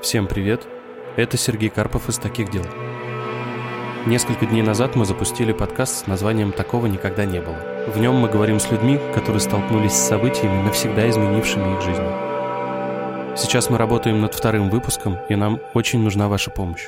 Всем привет, это Сергей Карпов из «Таких дел». Несколько дней назад мы запустили подкаст с названием «Такого никогда не было». В нем мы говорим с людьми, которые столкнулись с событиями, навсегда изменившими их жизнь. Сейчас мы работаем над вторым выпуском, и нам очень нужна ваша помощь.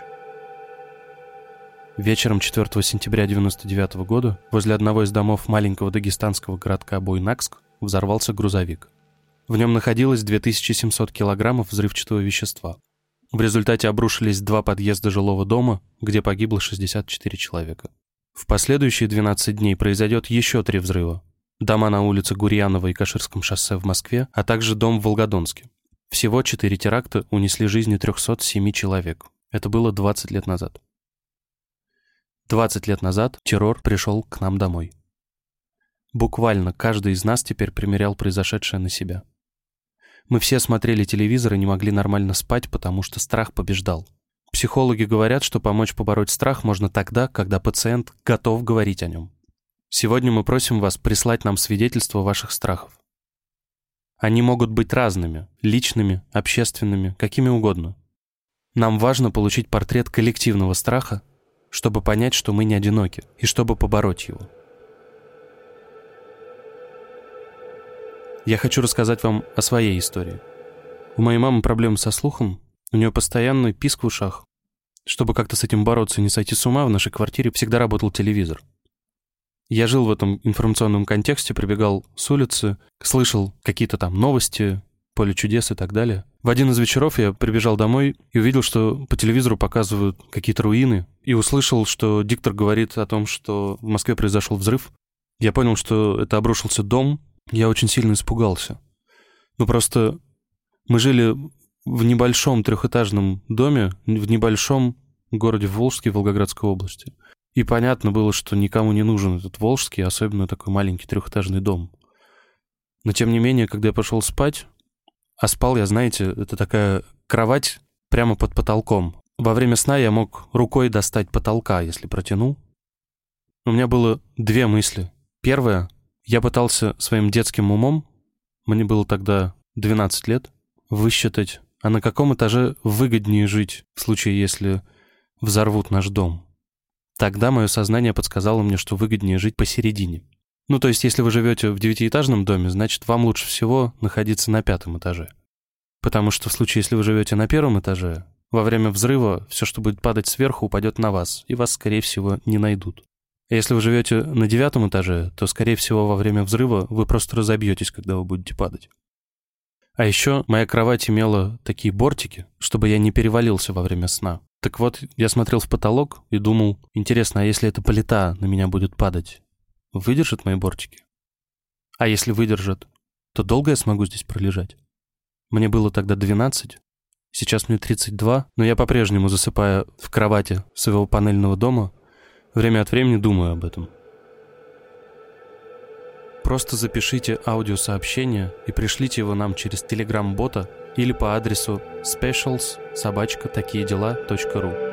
Вечером 4 сентября 1999 года возле одного из домов маленького дагестанского городка Буйнакск взорвался грузовик. В нем находилось 2700 килограммов взрывчатого вещества. В результате обрушились 2 подъезда жилого дома, где погибло 64 человека. В последующие 12 дней произойдет еще 3 взрыва. Дома на улице Гурьянова и Каширском шоссе в Москве, а также дом в Волгодонске. Всего 4 теракта унесли жизни 307 человек. Это было 20 лет назад. 20 лет назад террор пришел к нам домой. Буквально каждый из нас теперь примерял произошедшее на себя. Мы все смотрели телевизор и не могли нормально спать, потому что страх побеждал. Психологи говорят, что помочь побороть страх можно тогда, когда пациент готов говорить о нем. Сегодня мы просим вас прислать нам свидетельства ваших страхов. Они могут быть разными, личными, общественными, какими угодно. Нам важно получить портрет коллективного страха, чтобы понять, что мы не одиноки, и чтобы побороть его. Я хочу рассказать вам о своей истории. У моей мамы проблемы со слухом, у нее постоянный писк в ушах. Чтобы как-то с этим бороться и не сойти с ума, в нашей квартире всегда работал телевизор. Я жил в этом информационном контексте, прибегал с улицы, слышал какие-то там новости, поле чудес и так далее. В один из вечеров я прибежал домой и увидел, что по телевизору показывают какие-то руины, и услышал, что диктор говорит о том, что в Москве произошел взрыв. Я понял, что это обрушился дом. Я очень сильно испугался. Просто мы жили в небольшом трехэтажном доме, в небольшом городе Волжске, Волгоградской области. И понятно было, что никому не нужен этот Волжский, особенно такой маленький трехэтажный дом. Но тем не менее, когда я пошел спать, а спал я, знаете, это такая кровать прямо под потолком. Во время сна я мог рукой достать потолка, если протянул. У меня было 2 мысли. Первая. Я пытался своим детским умом, мне было тогда 12 лет, высчитать, а на каком этаже выгоднее жить в случае, если взорвут наш дом. Тогда мое сознание подсказало мне, что выгоднее жить посередине. То есть, если вы живете в 9-этажном доме, значит, вам лучше всего находиться на 5-м этаже. Потому что в случае, если вы живете на 1-м этаже, во время взрыва все, что будет падать сверху, упадет на вас, и вас, скорее всего, не найдут. Если вы живете на 9-м этаже, то, скорее всего, во время взрыва вы просто разобьетесь, когда вы будете падать. А еще моя кровать имела такие бортики, чтобы я не перевалился во время сна. Так вот, я смотрел в потолок и думал, интересно, а если эта плита на меня будет падать, выдержат мои бортики? А если выдержат, то долго я смогу здесь пролежать? Мне было тогда 12, сейчас мне 32, но я по-прежнему, засыпая в кровати своего панельного дома, время от времени думаю об этом. Просто запишите аудиосообщение и пришлите его нам через Telegram-бота или по адресу specials@такиедела.ру.